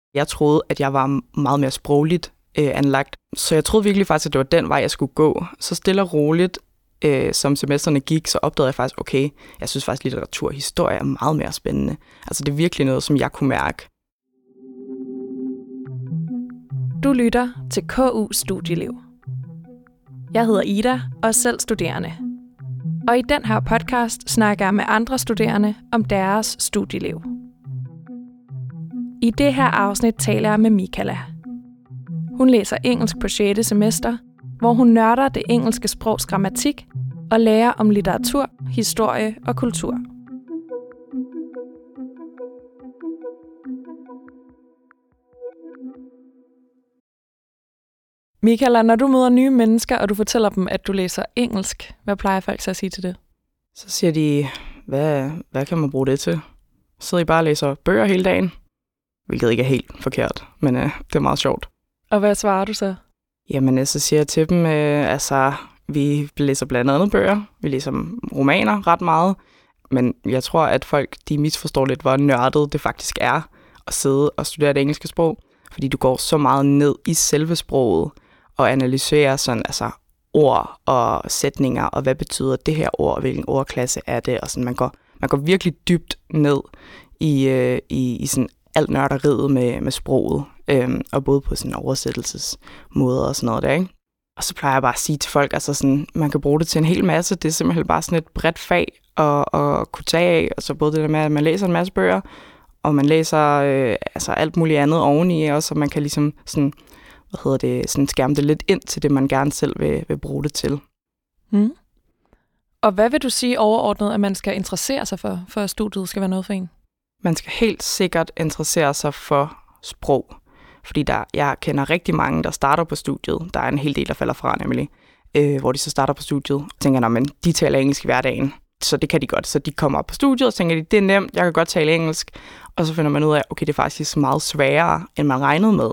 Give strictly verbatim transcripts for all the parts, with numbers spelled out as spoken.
Jeg troede, at jeg var meget mere sprogligt øh, anlagt, så jeg troede virkelig faktisk, at det var den vej, jeg skulle gå. Så stille og roligt, øh, som semesterne gik, så opdagede jeg faktisk, okay, jeg synes faktisk, litteratur og historie er meget mere spændende. Altså det er virkelig noget, som jeg kunne mærke. Du lytter til K U Studieliv. Jeg hedder Ida og er selv studerende. Og i den her podcast snakker jeg med andre studerende om deres studieliv. I det her afsnit taler jeg med Michaela. Hun læser engelsk på sjette semester, hvor hun nørder det engelske sprogs grammatik og lærer om litteratur, historie og kultur. Michaela, når du møder nye mennesker, og du fortæller dem, at du læser engelsk, hvad plejer folk så at sige til det? Så siger de, hvad, hvad kan man bruge det til? Så sidder I bare og læser bøger hele dagen, hvilket ikke er helt forkert, men øh, det er meget sjovt. Og hvad svarer du så? Jamen, så siger jeg til dem, øh, altså, vi læser blandt andet bøger, vi læser romaner ret meget, men jeg tror, at folk de misforstår lidt, hvor nørdet det faktisk er at sidde og studere det engelske sprog, fordi du går så meget ned i selve sproget og analyserer sådan, altså, ord og sætninger, og hvad betyder det her ord, og hvilken ordklasse er det, og sådan, man går, man går virkelig dybt ned i, øh, i, i sådan alt nørderiet med, med sproget, øhm, og både på sådan oversættelsesmåder og sådan noget der, ikke? Og så plejer jeg bare at sige til folk, altså sådan, man kan bruge det til en hel masse, det er simpelthen bare sådan et bredt fag at, at kunne tage af, og så både det der med, at man læser en masse bøger, og man læser øh, altså alt muligt andet oveni også, og man kan ligesom sådan, hvad hedder det, sådan skærme det lidt ind til det, man gerne selv vil, vil bruge det til. Hmm. Og hvad vil du sige overordnet, at man skal interessere sig for, for at studiet skal være noget for en? Man skal helt sikkert interessere sig for sprog, fordi der, jeg kender rigtig mange, der starter på studiet. Der er en hel del, der falder fra nemlig, øh, hvor de så starter på studiet og tænker, men de taler engelsk i hverdagen, så det kan de godt. Så de kommer op på studiet og tænker, de, det er nemt, jeg kan godt tale engelsk. Og så finder man ud af, okay, det er faktisk meget sværere, end man regnede med.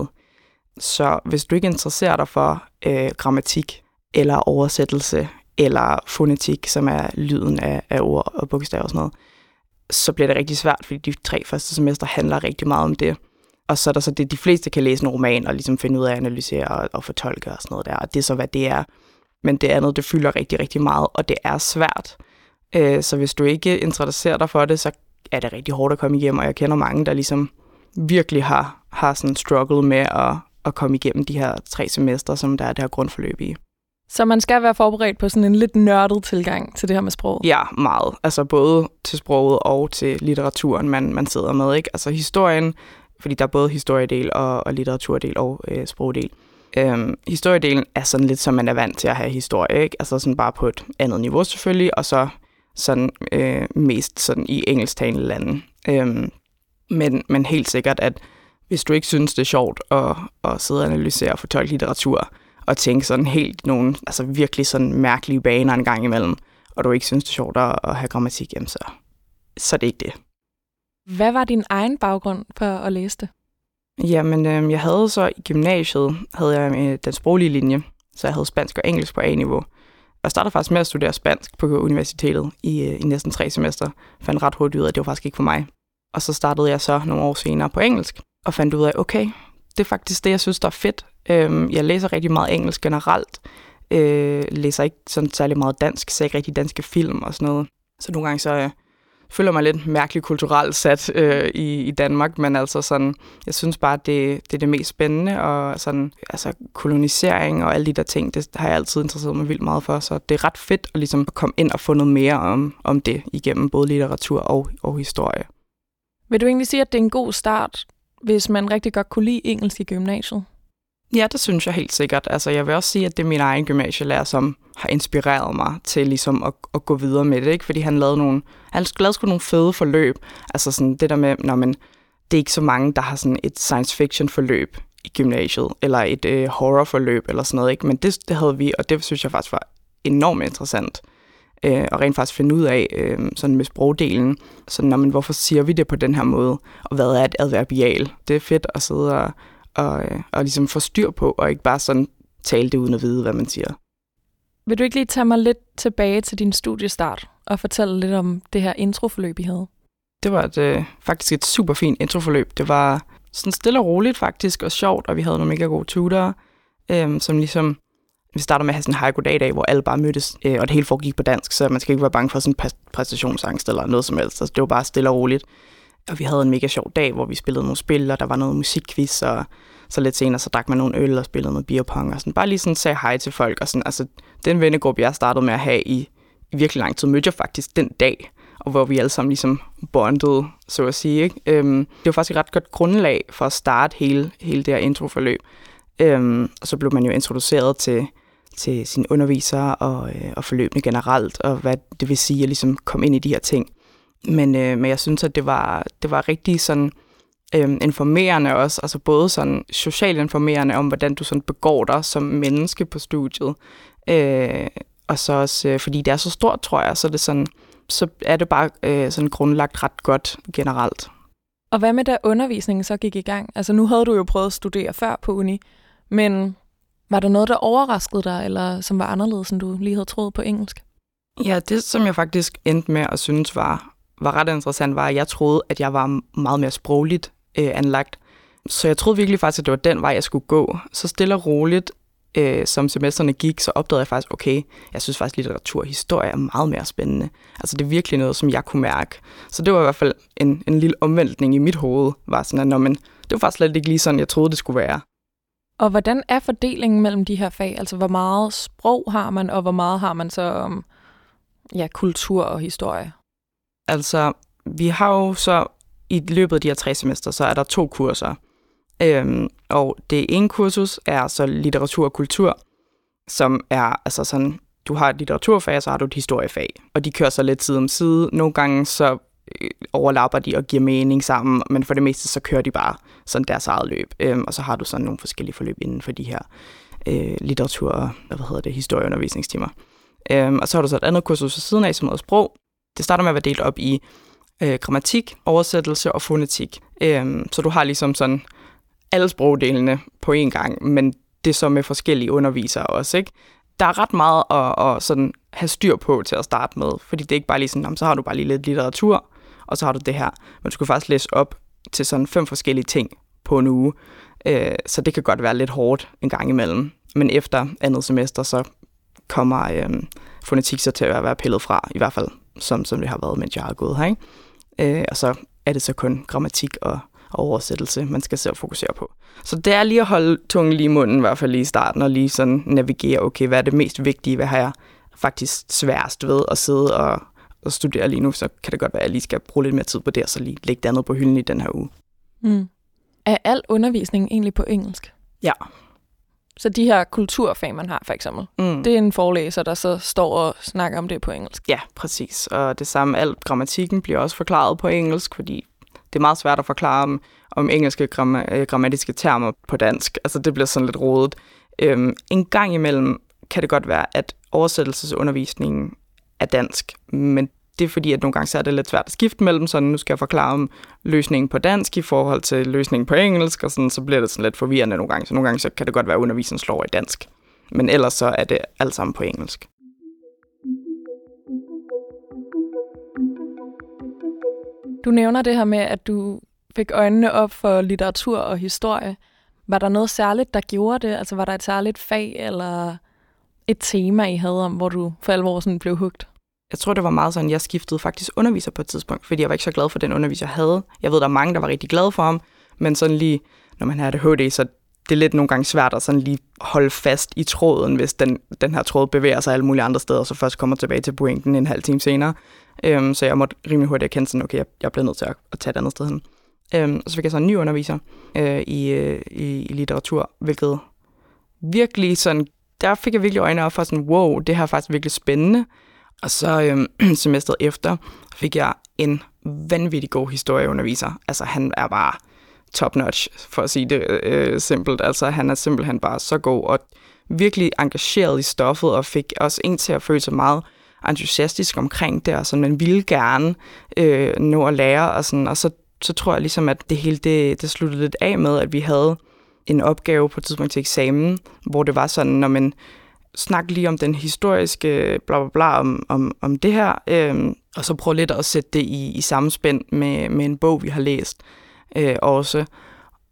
Så hvis du ikke interesserer dig for øh, grammatik eller oversættelse eller fonetik, som er lyden af, af ord og bogstaver og sådan noget, så bliver det rigtig svært, fordi de tre første semester handler rigtig meget om det. Og så er der så det, de fleste kan læse en roman og ligesom finde ud af at analysere og, og fortolke og sådan noget der. Og det er så, hvad det er. Men det andet, det fylder rigtig, rigtig meget, og det er svært. Øh, så hvis du ikke interesserer dig for det, så er det rigtig hårdt at komme igennem. Og jeg kender mange, der ligesom virkelig har, har sådan struggle med at, at komme igennem de her tre semester, som der er det her grundforløb i. Så man skal være forberedt på sådan en lidt nørdet tilgang til det her med sproget? Ja, meget. Altså både til sproget og til litteraturen, man, man sidder med, ikke? Altså historien, fordi der er både historiedel og, og litteraturdel og øh, sprogdel. Øhm, historiedelen er sådan lidt, som man er vant til at have historie, ikke? Altså sådan bare på et andet niveau selvfølgelig, og så sådan øh, mest sådan i engelsktalende lande. Øhm, men, men helt sikkert, at hvis du ikke synes, det er sjovt at, at sidde og analysere og fortolke litteratur, og tænke sådan helt nogle, altså virkelig sådan mærkelige baner en gang imellem, og du ikke synes, det er sjovt at have grammatik, jamen så, så er det ikke det. Hvad var din egen baggrund for at læse det? Jamen, øh, jeg havde så i gymnasiet, havde jeg øh, den sproglige linje, så jeg havde spansk og engelsk på A-niveau. Jeg startede faktisk med at studere spansk på universitetet i, øh, i næsten tre semester. Jeg fandt ret hurtigt ud af, at det var faktisk ikke for mig. Og så startede jeg så nogle år senere på engelsk, og fandt ud af, okay, det er faktisk det, jeg synes, der er fedt. Jeg læser rigtig meget engelsk generelt. Jeg læser ikke sådan særlig meget dansk, ser ikke rigtig danske film og sådan noget. Så nogle gange så øh, føler jeg mig lidt mærkeligt kulturelt sat øh, i, i Danmark, men altså sådan, jeg synes bare, at det, det er det mest spændende, og sådan, altså kolonisering og alle de der ting, det har jeg altid interesseret mig vildt meget for, så det er ret fedt at, ligesom, at komme ind og få noget mere om, om det igennem både litteratur og, og historie. Vil du egentlig sige, at det er en god start, hvis man rigtig godt kunne lide engelsk i gymnasiet? Ja, det synes jeg helt sikkert. Altså, jeg vil også sige, at det er min egen gymnasielærer, som har inspireret mig til ligesom at, at gå videre med det, ikke? Fordi han lavede nogle, han lavede sgu nogle fede forløb. Altså sådan det der med, når man, det er ikke så mange, der har sådan et science fiction forløb i gymnasiet, eller et øh, horror forløb, eller sådan noget, ikke? Men det, det havde vi, og det synes jeg faktisk var enormt interessant. Øh, og rent faktisk finde ud af, øh, sådan med sprogdelen, sådan, når man, hvorfor siger vi det på den her måde, og hvad er et adverbial? Det er fedt at sidde og Og, og ligesom få styr på, og ikke bare sådan tale det uden at vide, hvad man siger. Vil du ikke lige tage mig lidt tilbage til din studiestart, og fortælle lidt om det her introforløb, I havde? Det var et, øh, faktisk et super fint introforløb. Det var sådan stille og roligt faktisk, og sjovt, og vi havde nogle mega gode tutorer, øhm, som ligesom, vi startede med at have sådan en hej goddag dag, hvor alle bare mødtes, øh, og det hele foregik på dansk, så man skal ikke være bange for sådan en præstationsangst eller noget som helst. Altså, det var bare stille og roligt. Og vi havde en mega sjov dag, hvor vi spillede nogle spil, og der var noget musikquiz, og så lidt senere, så drak man nogle øl og spillede noget beerpong, og sådan bare lige sådan sagde hej til folk, og sådan, altså den vennegruppe, jeg startede med at have i, i virkelig lang tid, mødte jeg faktisk den dag, og hvor vi alle sammen ligesom bondede, så at sige, ikke? Øhm, det var faktisk et ret godt grundlag for at starte hele, hele det her introforløb. Øhm, og så blev man jo introduceret til, til sine undervisere og, øh, og forløbene generelt, og hvad det vil sige at ligesom komme ind i de her ting. Men, øh, men jeg synes, at det var, det var rigtig sådan øh, informerende også, altså både sådan socialt informerende om, hvordan du sådan begår dig som menneske på studiet. Øh, og så også, øh, fordi det er så stort, tror jeg, så, det sådan, så er det bare øh, sådan grundlagt ret godt generelt. Og hvad med da undervisningen så gik i gang? Altså nu havde du jo prøvet at studere før på uni, men var der noget, der overraskede dig, eller som var anderledes, end du lige havde troet på engelsk? Ja, det som jeg faktisk endte med at synes var, var ret interessant, var, at jeg troede, at jeg var meget mere sprogligt øh, anlagt. Så jeg troede virkelig faktisk, at det var den vej, jeg skulle gå. Så stille og roligt, øh, som semesterne gik, så opdagede jeg faktisk, okay, jeg synes faktisk, litteratur og historie er meget mere spændende. Altså det er virkelig noget, som jeg kunne mærke. Så det var i hvert fald en, en lille omvæltning i mit hoved, var sådan, at nå, men, det var faktisk slet ikke lige sådan, jeg troede, det skulle være. Og hvordan er fordelingen mellem de her fag? Altså hvor meget sprog har man, og hvor meget har man så om ja, kultur og historie? Altså, vi har jo så i løbet af de her tre semester, så er der to kurser. Øhm, og det ene kursus er så litteratur og kultur, som er altså sådan, du har et litteraturfag, og så har du et historiefag. Og de kører så lidt side om side. Nogle gange så øh, overlapper de og giver mening sammen, men for det meste så kører de bare sådan deres eget løb. Øhm, og så har du sådan nogle forskellige forløb inden for de her øh, litteratur- og hvad hedder det, historieundervisningstimer. Øhm, og så har du så et andet kursus ved siden af, som hedder sprog. Det starter med at være delt op i øh, grammatik, oversættelse og fonetik. Øhm, så du har ligesom sådan alle sprogdelene på én gang, men det er så med forskellige undervisere også, ikke? Der er ret meget at, at sådan have styr på til at starte med, fordi det er ikke bare lige sådan, så har du bare lige lidt litteratur, og så har du det her. Men du skal faktisk læse op til sådan fem forskellige ting på en uge, øh, så det kan godt være lidt hårdt en gang imellem. Men efter andet semester, så kommer øh, fonetik så til at være pillet fra, i hvert fald som, som det har været, mens jeg har gået her, ikke? Øh, og så er det så kun grammatik og, og oversættelse, man skal selv fokusere på. Så det er lige at holde tungen lige i munden, i hvert fald lige i starten, og lige sådan navigere, okay, hvad er det mest vigtige, hvad har jeg faktisk sværest ved at sidde og, og studere lige nu, så kan det godt være, at jeg lige skal bruge lidt mere tid på det, og så lige lægge det andet på hylden i den her uge. Mm. Er al undervisning egentlig på engelsk? Ja. Så de her kulturfag, man har for eksempel, mm. det er en forelæser, der så står og snakker om det på engelsk? Ja, præcis. Og det samme, al grammatikken bliver også forklaret på engelsk, fordi det er meget svært at forklare om, om engelske gram- grammatiske termer på dansk. Altså det bliver sådan lidt rodet. Øhm, en gang imellem kan det godt være, at oversættelsesundervisningen er dansk, men det er fordi, at nogle gange så er det lidt svært at skifte mellem, så nu skal jeg forklare om løsningen på dansk i forhold til løsningen på engelsk, og sådan, så bliver det sådan lidt forvirrende nogle gange. Så nogle gange så kan det godt være, at undervisningen slår i dansk. Men ellers så er det alt sammen på engelsk. Du nævner det her med, at du fik øjnene op for litteratur og historie. Var der noget særligt, der gjorde det? Altså var der et særligt fag eller et tema, I havde om, hvor du for alvor sådan blev hugt? Jeg tror, det var meget sådan, jeg skiftede faktisk underviser på et tidspunkt, fordi jeg var ikke så glad for den underviser, jeg havde. Jeg ved, der er mange, der var rigtig glade for ham, men sådan lige, når man har A D H D, så det er lidt nogle gange svært at sådan lige holde fast i tråden, hvis den, den her tråd bevæger sig alle mulige andre steder, og så først kommer tilbage til pointen en halv time senere. Øhm, så jeg måtte rimelig hurtigt erkende sådan, okay, jeg, jeg bliver nødt til at, at tage et andet sted hen. Øhm, og så fik jeg så en ny underviser øh, i, øh, i, i litteratur, hvilket virkelig sådan, der fik jeg virkelig øjnene op for sådan, wow, det her er faktisk virkelig spændende. Og så øhm, semesteret efter fik jeg en vanvittig god historieunderviser. Altså han er bare top notch, for at sige det øh, simpelt. Altså han er simpelthen bare så god og virkelig engageret i stoffet, og fik også en til at føle sig meget entusiastisk omkring det, og sådan, man ville gerne øh, nå at lære, og, sådan, og så, så tror jeg ligesom, at det hele det, det sluttede lidt af med, at vi havde en opgave på et tidspunkt til eksamen, hvor det var sådan, når man snakker lige om den historiske bla bla bla om, om, om det her, øh, og så prøve lidt at sætte det i, i samspænd med, med en bog, vi har læst øh, også.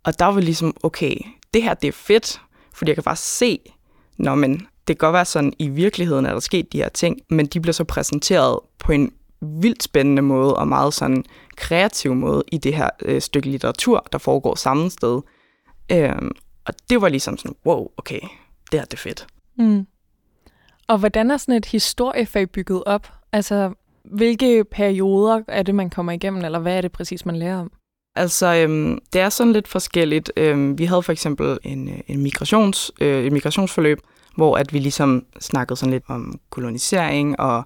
Og der var ligesom, okay, det her det er fedt, fordi jeg kan bare se, når man, det kan godt være sådan, i virkeligheden er der sket de her ting, men de bliver så præsenteret på en vildt spændende måde, og meget sådan kreativ måde i det her øh, stykke litteratur, der foregår samme sted. Øhm, og det var ligesom sådan, wow, okay, det her det er fedt. Mm. Og hvordan er sådan et historiefag bygget op? Altså, hvilke perioder er det, man kommer igennem, eller hvad er det præcis, man lærer om? Altså, øhm, det er sådan lidt forskelligt. Øhm, vi havde for eksempel en, en migrations, øh, et migrationsforløb, hvor at vi ligesom snakkede sådan lidt om kolonisering og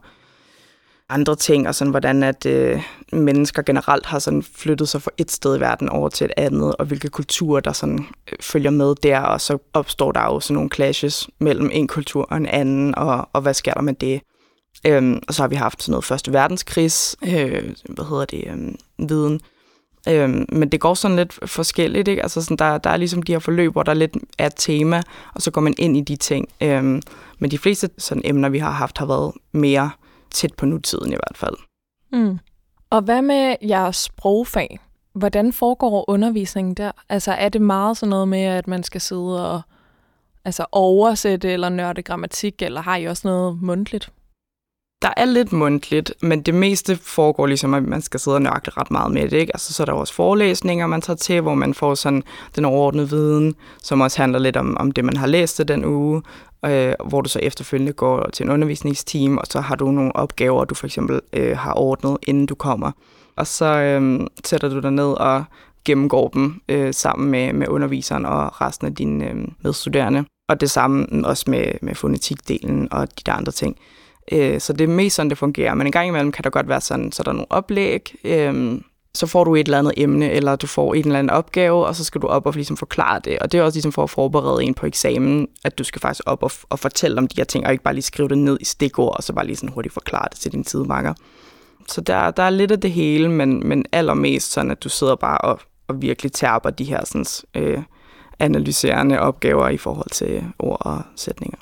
andre ting, og sådan hvordan at øh, mennesker generelt har sådan flyttet sig fra et sted i verden over til et andet, og hvilke kulturer, der sådan øh, følger med der, og så opstår der jo sådan nogle clashes mellem en kultur og en anden, og, og hvad sker der med det? Øhm, og så har vi haft sådan noget første verdenskrigs, øh, hvad hedder det, øh, viden. Øhm, men det går sådan lidt forskelligt, ikke? Altså sådan, der, der er ligesom de her forløb, hvor der lidt er et tema, og så går man ind i de ting. Øhm, men de fleste sådan emner, vi har haft, har været mere tæt på nutiden i hvert fald. Mm. Og hvad med jeres sprogfag? Hvordan foregår undervisningen der? Altså er det meget sådan noget med, at man skal sidde og altså, oversætte eller nørde grammatik, eller har I også noget mundtligt? Der er lidt mundtligt, men det meste foregår ligesom, at man skal sidde og nørkle ret meget med det, ikke? Altså, så er der også forelæsninger, man tager til, hvor man får sådan den overordnede viden, som også handler lidt om, om det, man har læst den uge, øh, hvor du så efterfølgende går til en undervisningsteam, og så har du nogle opgaver, du for eksempel øh, har ordnet, inden du kommer. Og så øh, sætter du dig ned og gennemgår dem øh, sammen med, med underviseren og resten af dine øh, medstuderende. Og det samme også med, med fonetikdelen og de der andre ting. Så det er mest sådan, det fungerer. Men en gang imellem kan der godt være sådan, så der er nogle oplæg, øhm, så får du et eller andet emne, eller du får en eller anden opgave, og så skal du op og ligesom forklare det. Og det er også ligesom for at forberede en på eksamen, at du skal faktisk op og, og fortælle om de her ting, og ikke bare lige skrive det ned i stikord, og så bare lige sådan hurtigt forklare det til dine sidemarker. Så der, der er lidt af det hele, men, men allermest sådan, at du sidder bare og, og virkelig tærper de her sådan, øh, analyserende opgaver i forhold til ord og sætninger.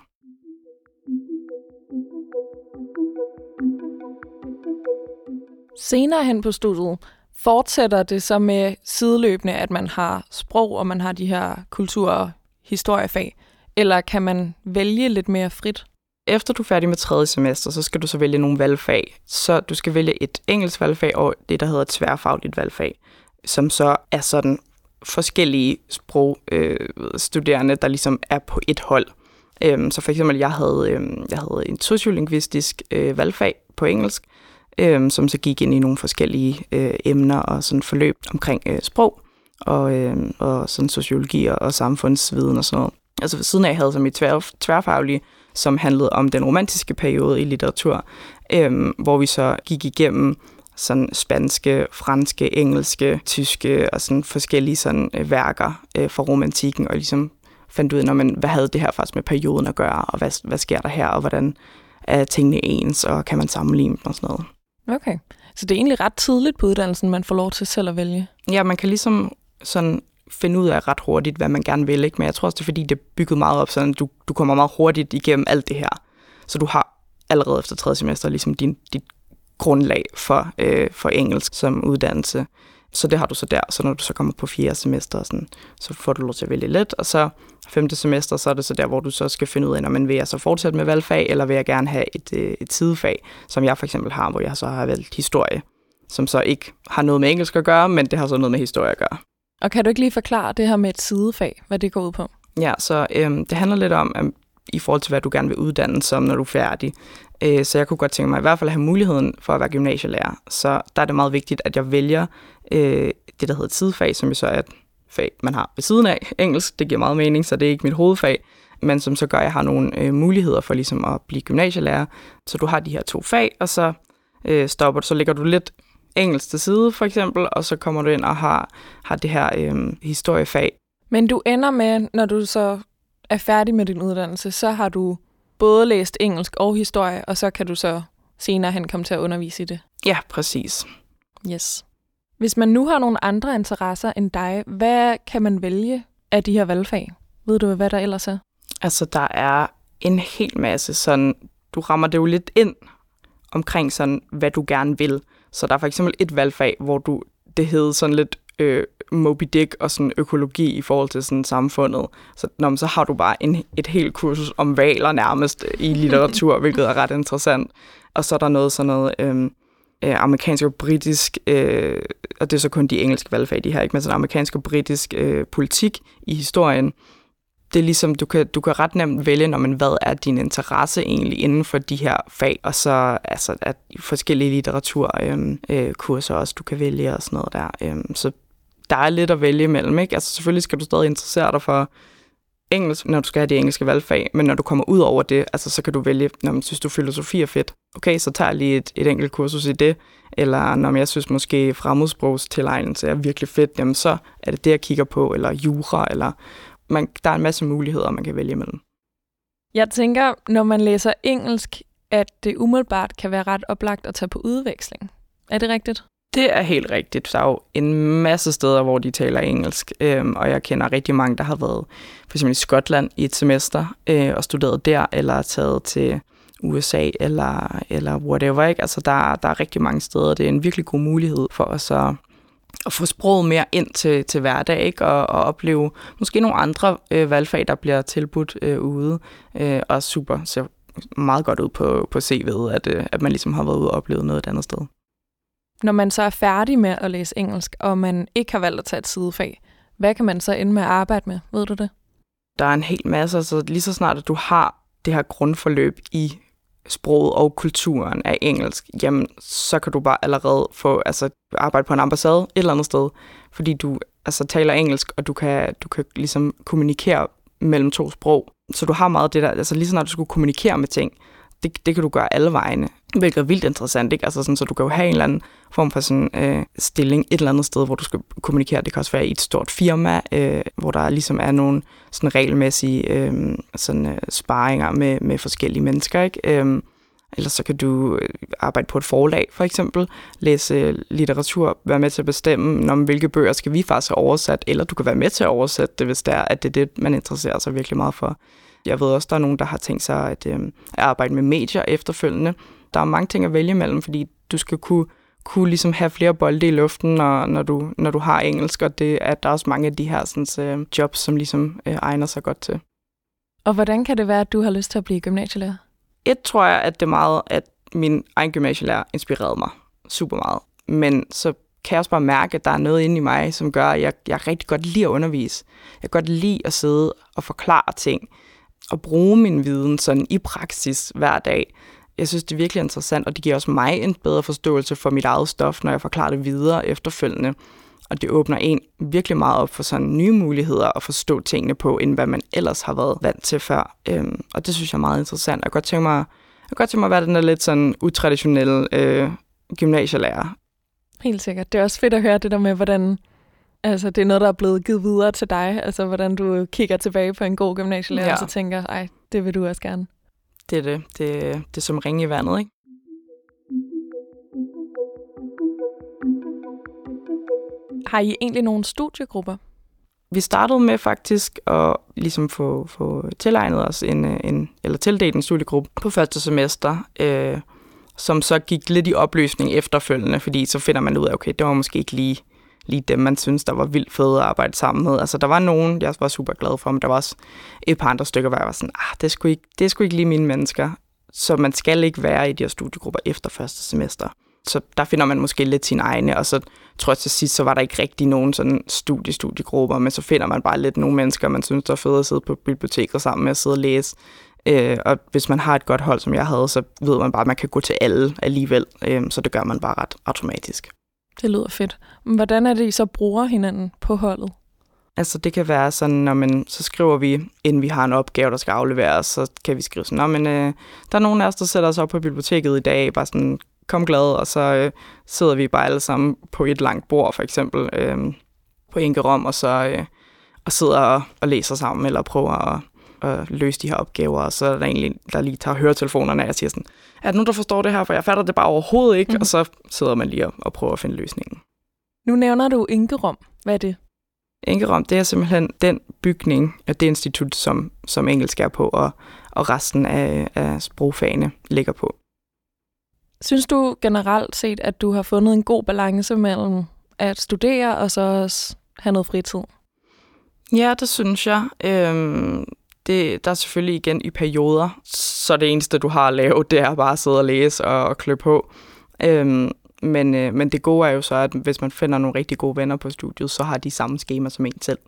Senere hen på studiet fortsætter det så med sideløbende, at man har sprog, og man har de her kultur- og historiefag, eller kan man vælge lidt mere frit? Efter du er færdig med tredje semester, så skal du så vælge nogle valgfag. Så du skal vælge et engelsk valgfag og det, der hedder et tværfagligt valgfag, som så er sådan forskellige sprogstuderende, øh, der ligesom er på et hold. Øhm, så for eksempel, jeg havde, øh, jeg havde en sociolingvistisk øh, valgfag på engelsk, Øhm, som så gik ind i nogle forskellige øh, emner og sådan forløb omkring øh, sprog og, øh, og sådan sociologi og, og samfundsviden og sådan noget. Altså ved siden af havde jeg mit tvær, tværfaglige, som handlede om den romantiske periode i litteratur, øh, hvor vi så gik igennem sådan spanske, franske, engelske, tyske og sådan forskellige sådan øh, værker øh, fra romantikken, og ligesom fandt ud af, når man, hvad havde det her faktisk med perioden at gøre, og hvad, hvad sker der her, og hvordan er tingene ens, og kan man sammenligne dem og sådan noget. Okay, så det er egentlig ret tidligt på uddannelsen, man får lov til selv at vælge? Ja, man kan ligesom sådan finde ud af ret hurtigt, hvad man gerne vil, ikke? Men jeg tror også, det er fordi, det er bygget meget op, sådan du, du kommer meget hurtigt igennem alt det her. Så du har allerede efter tredje semester ligesom din, dit grundlag for, øh, for engelsk som uddannelse. Så det har du så der. Så når du så kommer på fjerde semester, sådan, så får du lov til at vælge lidt. Og så femte semester, så er det så der, hvor du så skal finde ud af, når man vil jeg så fortsætte med valgfag, eller vil jeg gerne have et, et sidefag, som jeg for eksempel har, hvor jeg så har valgt historie, som så ikke har noget med engelsk at gøre, men det har så noget med historie at gøre. Og kan du ikke lige forklare det her med et sidefag, hvad det går ud på? Ja, så øhm, det handler lidt om, at i forhold til, hvad du gerne vil uddanne som, når du er færdig. Øh, så jeg kunne godt tænke mig i hvert fald at have muligheden for at være gymnasielærer. Så der er det meget vigtigt, at jeg vælger øh, det, der hedder et sidefag, som jo så er et fag, man har ved siden af. Engelsk, det giver meget mening, så det er ikke mit hovedfag, men som så gør, at jeg har nogle øh, muligheder for ligesom at blive gymnasielærer. Så du har de her to fag, og så øh, stopper du, så lægger du lidt engelsk til side, for eksempel, og så kommer du ind og har, har det her øh, historiefag. Men du ender med, når du så er færdig med din uddannelse, så har du både læst engelsk og historie, og så kan du så senere hen komme til at undervise i det. Ja, præcis. Yes. Hvis man nu har nogle andre interesser end dig, hvad kan man vælge af de her valgfag? Ved du, hvad der ellers er? Altså, der er en hel masse sådan, du rammer det jo lidt ind omkring sådan, hvad du gerne vil. Så der er for eksempel et valgfag, hvor du, det hedder sådan lidt øh, Moby Dick og sådan økologi i forhold til sådan samfundet. Så, når, så har du bare en, et helt kursus om hvaler nærmest i litteratur, hvilket er ret interessant. Og så er der noget sådan noget øh, amerikansk og britisk, øh, og det er så kun de engelske valgfag, de her, ikke? Men sådan amerikansk og britisk øh, politik i historien. Det er ligesom, du kan, du kan ret nemt vælge, når man, hvad er din interesse egentlig inden for de her fag, og så altså, at forskellige litteraturkurser øh, også, du kan vælge og sådan noget der. Øh, så der er lidt at vælge imellem, ikke? Altså selvfølgelig skal du stadig interessere dig for engelsk, når du skal have de engelske valgfag, men når du kommer ud over det, altså så kan du vælge, når man synes, du filosofi er fedt. Okay, så tager jeg lige et, et enkelt kursus i det, eller når jeg synes måske fremmedsprogstilegnelse er virkelig fedt, jamen så er det det, jeg kigger på, eller jura, eller man, der er en masse muligheder, man kan vælge imellem. Jeg tænker, når man læser engelsk, at det umiddelbart kan være ret oplagt at tage på udveksling. Er det rigtigt? Det er helt rigtigt. Der er jo en masse steder, hvor de taler engelsk, øhm, og jeg kender rigtig mange, der har været for eksempel i Skotland i et semester øh, og studeret der, eller taget til U S A, eller, eller whatever, ikke? Altså, der, der er rigtig mange steder. Det er en virkelig god mulighed for os at, at få sproget mere ind til, til hverdag, ikke? Og, og opleve måske nogle andre øh, valgfag, der bliver tilbudt øh, ude, øh, og super, ser meget godt ud på, på C V'et, at, øh, at man ligesom har været ude og oplevet noget et andet sted. Når man så er færdig med at læse engelsk, og man ikke har valgt at tage et sidefag, hvad kan man så ende med at arbejde med? Ved du det? Der er en hel masse, så lige så snart, at du har det her grundforløb i sproget og kulturen af engelsk, jamen, så kan du bare allerede få altså, arbejde på en ambassade et eller andet sted, fordi du altså, taler engelsk, og du kan, du kan ligesom kommunikere mellem to sprog. Så du har meget det der, altså lige så snart du skulle kommunikere med ting, Det, det kan du gøre alle vegne, hvilket er vildt interessant, ikke? Altså sådan, så du kan jo have en eller anden form for sådan, øh, stilling et eller andet sted, hvor du skal kommunikere. Det kan også være i et stort firma, øh, hvor der ligesom er nogle sådan regelmæssige øh, sådan, øh, sparringer med, med forskellige mennesker, ikke? Øh, eller så kan du arbejde på et forlag, for eksempel, læse litteratur, være med til at bestemme, om hvilke bøger skal vi faktisk have oversat, eller du kan være med til at oversætte det, hvis det er, at det er det, man interesserer sig virkelig meget for. Jeg ved også, der er nogen, der har tænkt sig at, øh, at arbejde med medier efterfølgende. Der er mange ting at vælge mellem, fordi du skal kunne, kunne ligesom have flere bolde i luften, når, når, du, når du har engelsk, og det er der er også mange af de her sådan, øh, jobs, som ligesom øh, egner sig godt til. Og hvordan kan det være, at du har lyst til at blive gymnasielærer? Et tror jeg, at det er meget, at min egen gymnasielærer inspirerede mig super meget. Men så kan jeg også bare mærke, at der er noget inde i mig, som gør, at jeg, jeg rigtig godt lide at undervise. Jeg kan godt lide at sidde og forklare ting, og bruge min viden sådan i praksis hver dag. Jeg synes, det er virkelig interessant, og det giver også mig en bedre forståelse for mit eget stof, når jeg forklarer det videre efterfølgende. Og det åbner en virkelig meget op for sådan nye muligheder at forstå tingene på, end hvad man ellers har været vant til før. Øhm, og det synes jeg er meget interessant. Jeg kan godt tænke mig, jeg kan godt tænke mig at være den der lidt sådan utraditionelle øh, gymnasielærer. Helt sikkert. Det er også fedt at høre det der med, hvordan altså, det er noget, der er blevet givet videre til dig. Altså, hvordan du kigger tilbage på en god gymnasielærer, ja. Og så tænker, ej, det vil du også gerne. Det er det. Det, det er som ringe i vandet, ikke? Har I egentlig nogle studiegrupper? Vi startede med faktisk at ligesom få, få tilegnet os en, en, eller tildelt en studiegruppe på første semester, øh, som så gik lidt i opløsning efterfølgende, fordi så finder man ud af, okay, det var måske ikke lige, lige dem, man synes, der var vildt fede at arbejde sammen med. Altså, der var nogen, jeg var super glad for, men der var også et par andre stykker, hvor jeg var sådan, ah, det er sgu ikke, det er sgu ikke lige mine mennesker. Så man skal ikke være i de her studiegrupper efter første semester. Så der finder man måske lidt sine egne, og så tror jeg til sidst, så var der ikke rigtig nogen sådan studie-studiegrupper, men så finder man bare lidt nogle mennesker, man synes, der er fedt at sidde på biblioteket sammen med at sidde og læse. Øh, og hvis man har et godt hold, som jeg havde, så ved man bare, at man kan gå til alle alligevel, øh, så det gør man bare ret automatisk. Det lyder fedt. Men hvordan er det, I så bruger hinanden på holdet? Altså det kan være sådan, når man, så skriver vi, inden vi har en opgave, der skal afleveres, så kan vi skrive sådan, men øh, der er nogen af os, der sætter os op på biblioteket i dag, bare sådan, kom glad, og så øh, sidder vi bare alle sammen på et langt bord, for eksempel, øh, på enkerum, og så øh, og sidder og, og læser sammen, eller prøver at, at løse de her opgaver, og så er der egentlig, der lige tager høretelefonerne af og siger sådan, er der nogen, der forstår det her, for jeg fatter det bare overhovedet ikke, mm. og så sidder man lige og, og prøver at finde løsningen. Nu nævner du Enkerum. Hvad er det? Enkerum, det er simpelthen den bygning, og det institut, som, som engelsk er på, og, og resten af, af sprogfagene ligger på. Synes du generelt set, at du har fundet en god balance mellem at studere og så også have noget fritid? Ja, det synes jeg. Øhm, det, der er selvfølgelig igen i perioder, så det eneste, du har at lave, det er bare at sidde og læse og, og klø på. Øhm, men, øh, men det gode er jo så, at hvis man finder nogle rigtig gode venner på studiet, så har de samme skema som en selv.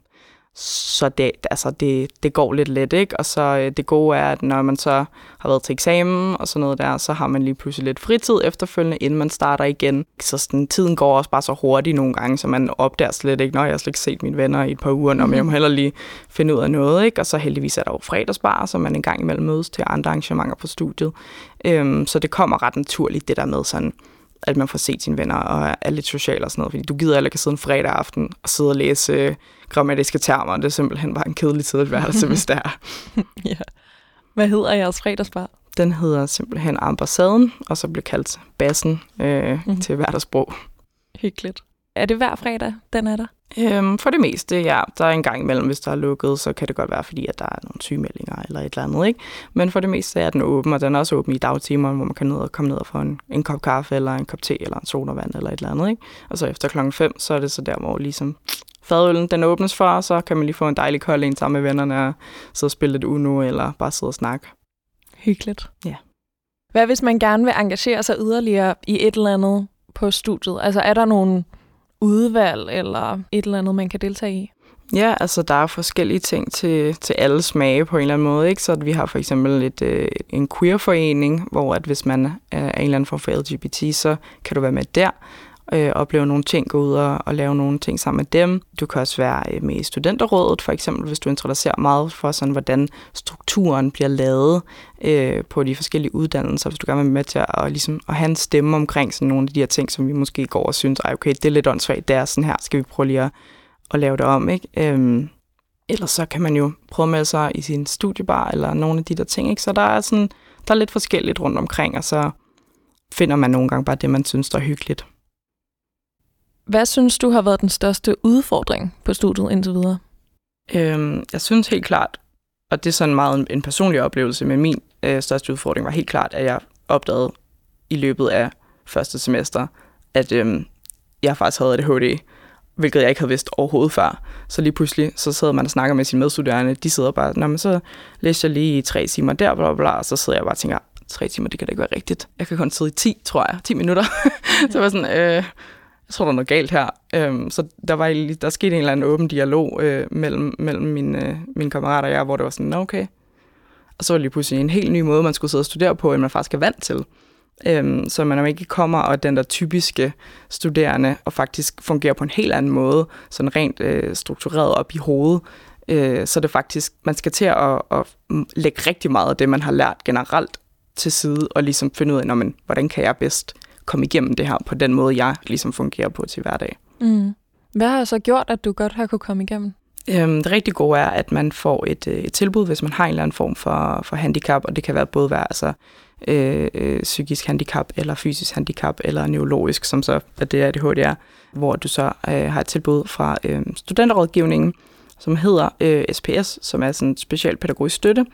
Så det, altså det, det går lidt let, ikke? Og så øh, det gode er, at når man så har været til eksamen og sådan noget der, så har man lige pludselig lidt fritid efterfølgende, inden man starter igen. Så sådan, tiden går også bare så hurtigt nogle gange, så man opdager slet ikke, når jeg har slet ikke set mine venner i et par uger, når jeg må heller lige finde ud af noget, ikke? Og så heldigvis er der jo fredagsbar, så man en gang imellem mødes til andre arrangementer på studiet. Øhm, så det kommer ret naturligt, det der med sådan, at man får set sine venner og er lidt social og sådan noget, fordi du gider heller ikke sidde en fredag aften og sidde og læse øh, grammatiske termer. Det er simpelthen bare en kedelig tilværelse, hvis det er. Ja. Hvad hedder jeres fredagsbar? Den hedder simpelthen Ambassaden, og så bliver kaldt Bassen øh, mm. til hverdagssprog. Hyggeligt. Er det hver fredag, den er der? Øhm, for det meste, ja. Der er en gang imellem, hvis der er lukket, så kan det godt være, fordi at der er nogle sygemeldinger eller et eller andet, ikke? Men for det meste er den åben, og den er også åben i dagtimer, hvor man kan ned og komme ned og få en, en kop kaffe, eller en kop te, eller en sodavand, eller et eller andet, ikke? Og så efter klokken fem, så er det så der, hvor ligesom fadøllen, den åbnes for, og så kan man lige få en dejlig kold en sammen med vennerne, og sidde og spille lidt Uno, eller bare sidde og snakke. Hyggeligt. Ja. Hvad hvis man gerne vil engagere sig yderligere i et eller andet på studiet? Altså er der nogle udvalg eller et eller andet, man kan deltage i? Ja, altså der er forskellige ting til, til alle smage på en eller anden måde, ikke? Så vi har for eksempel et, øh, en queer-forening, hvor at hvis man er en eller anden form for L G B T, så kan du være med der, øh, opleve nogle ting, gå ud og, og lave nogle ting sammen med dem. Du kan også være med i studenterrådet, for eksempel, hvis du interesserer meget for, sådan, hvordan strukturen bliver lavet øh, på de forskellige uddannelser. Hvis du gerne vil med til at, at, ligesom, at have en stemme omkring sådan nogle af de her ting, som vi måske går og synes, ej, okay, det er lidt åndssvagt, det er sådan her, skal vi prøve lige at, at lave det om, ikke? Øhm, ellers så kan man jo prøve at melde sig i sin studiebar, eller nogle af de der ting, ikke? Så der er, sådan, der er lidt forskelligt rundt omkring, og så finder man nogle gange bare det, man synes, der er hyggeligt. Hvad synes du har været den største udfordring på studiet indtil videre? Øhm, jeg synes helt klart, og det er sådan meget en, en personlig oplevelse, men min øh, største udfordring var helt klart, at jeg opdagede i løbet af første semester, at øh, jeg faktisk havde A D H D, hvilket jeg ikke havde vidst overhovedet før. Så lige pludselig, så sidder man og snakker med sine medstuderende, de sidder bare, nå, men så læser jeg lige tre timer der, bla, bla, bla, og så sidder jeg bare og tænker, tre timer, det kan da ikke være rigtigt. Jeg kan kun sidde i ti, tror jeg, ti minutter. Så jeg var sådan, øh, jeg tror, der er noget galt her. Øhm, så der, var, der skete en eller anden åben dialog øh, mellem, mellem mine, øh, mine kammerater og jeg, hvor det var sådan, okay. Og så var det lige pludselig en helt ny måde, man skulle sidde og studere på, end man faktisk er vant til. Øhm, så man ikke kommer og den der typiske studerende og faktisk fungerer på en helt anden måde, sådan rent øh, struktureret op i hovedet. Øh, så det faktisk, man skal til at, at lægge rigtig meget af det, man har lært generelt til side, og ligesom finde ud af, man, hvordan kan jeg bedst komme igennem det her på den måde, jeg ligesom fungerer på til hverdag. Mm. Hvad har så gjort, at du godt har kunne komme igennem? Øhm, det rigtig gode er, at man får et, et tilbud, hvis man har en eller anden form for, for handicap, og det kan være både være altså, øh, øh, psykisk handicap, eller fysisk handicap, eller neurologisk, som så er det A D H D er, hvor du så øh, har et tilbud fra øh, studenterrådgivningen, som hedder øh, S P S, som er sådan en specialpædagogisk støtte,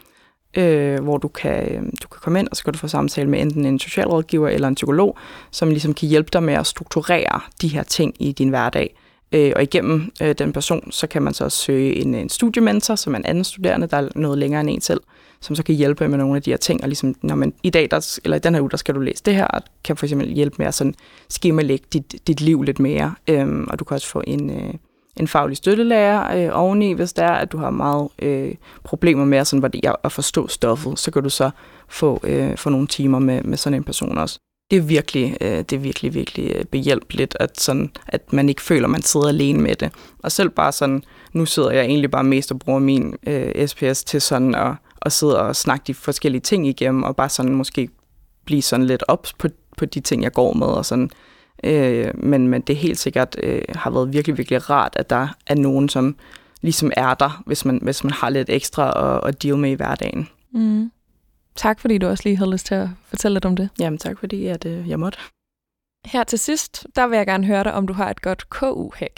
øh, hvor du kan, øh, du kan komme ind, og så kan du få samtale med enten en socialrådgiver eller en psykolog, som ligesom kan hjælpe dig med at strukturere de her ting i din hverdag. Øh, og igennem øh, den person, så kan man så søge en, en studiementor, som er en anden studerende, der er noget længere end en selv, som så kan hjælpe med nogle af de her ting. Og ligesom, når man i dag, der, eller i den her uge, der skal du læse det her, og kan for eksempel hjælpe med at sådan skemalægge dit, dit liv lidt mere. Øhm, og du kan også få en, øh, en faglig støttelærer øh, oveni, hvis det er, at du har meget øh, problemer med sådan, hvad at forstå stoffet, så kan du så få, øh, få nogle timer med, med sådan en person også. Det er virkelig, øh, det er virkelig, virkelig behjælpeligt, at, sådan, at man ikke føler, at man sidder alene med det. Og selv bare sådan, nu sidder jeg egentlig bare mest og bruger min øh, S P S til sådan at, at sidde og snakke de forskellige ting igennem, og bare sådan måske blive sådan lidt ops på, på de ting, jeg går med. Og sådan. Øh, men, men det er helt sikkert øh, har været virkelig, virkelig rart, at der er nogen, som ligesom er der, hvis man, hvis man har lidt ekstra at, at deal med i hverdagen. Mm. Tak, fordi du også lige havde lyst til at fortælle lidt om det. Jamen tak, fordi at, øh, jeg måtte. Her til sidst, der vil jeg gerne høre dig, om du har et godt K U-hack.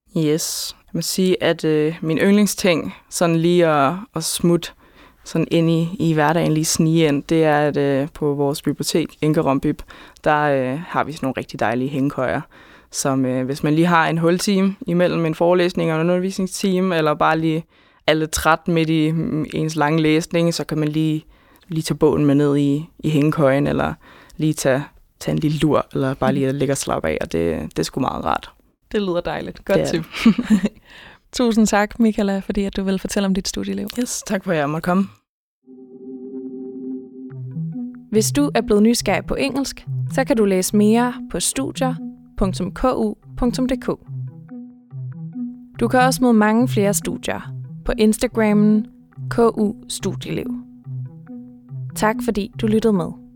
Yes. Jeg må sige, at øh, min yndlingsting, sådan lige at, at smutte sådan ind i, i hverdagen, lige snige ind, det er, at øh, på vores bibliotek, Inke Rombib, der øh, har vi sådan nogle rigtig dejlige hængekøjer. som øh, hvis man lige har en hultime imellem en forelæsning og en undervisningstime, eller bare lige er lidt træt midt i ens lange læsning, så kan man lige, lige tage bogen med ned i, i hængekøjen, eller lige tage, tage en lille lur, eller bare lige ligge og slappe af, og det, det er sgu meget rart. Det lyder dejligt. Godt tip. Tusind tak, Michaela, fordi at du vil fortælle om dit studieliv. Yes, tak for at jeg måtte komme. Hvis du er blevet nysgerrig på engelsk, så kan du læse mere på studier punktum k u punktum d k. Du kan også møde mange flere studier på Instagrammen K U Studieliv. Tak fordi du lyttede med.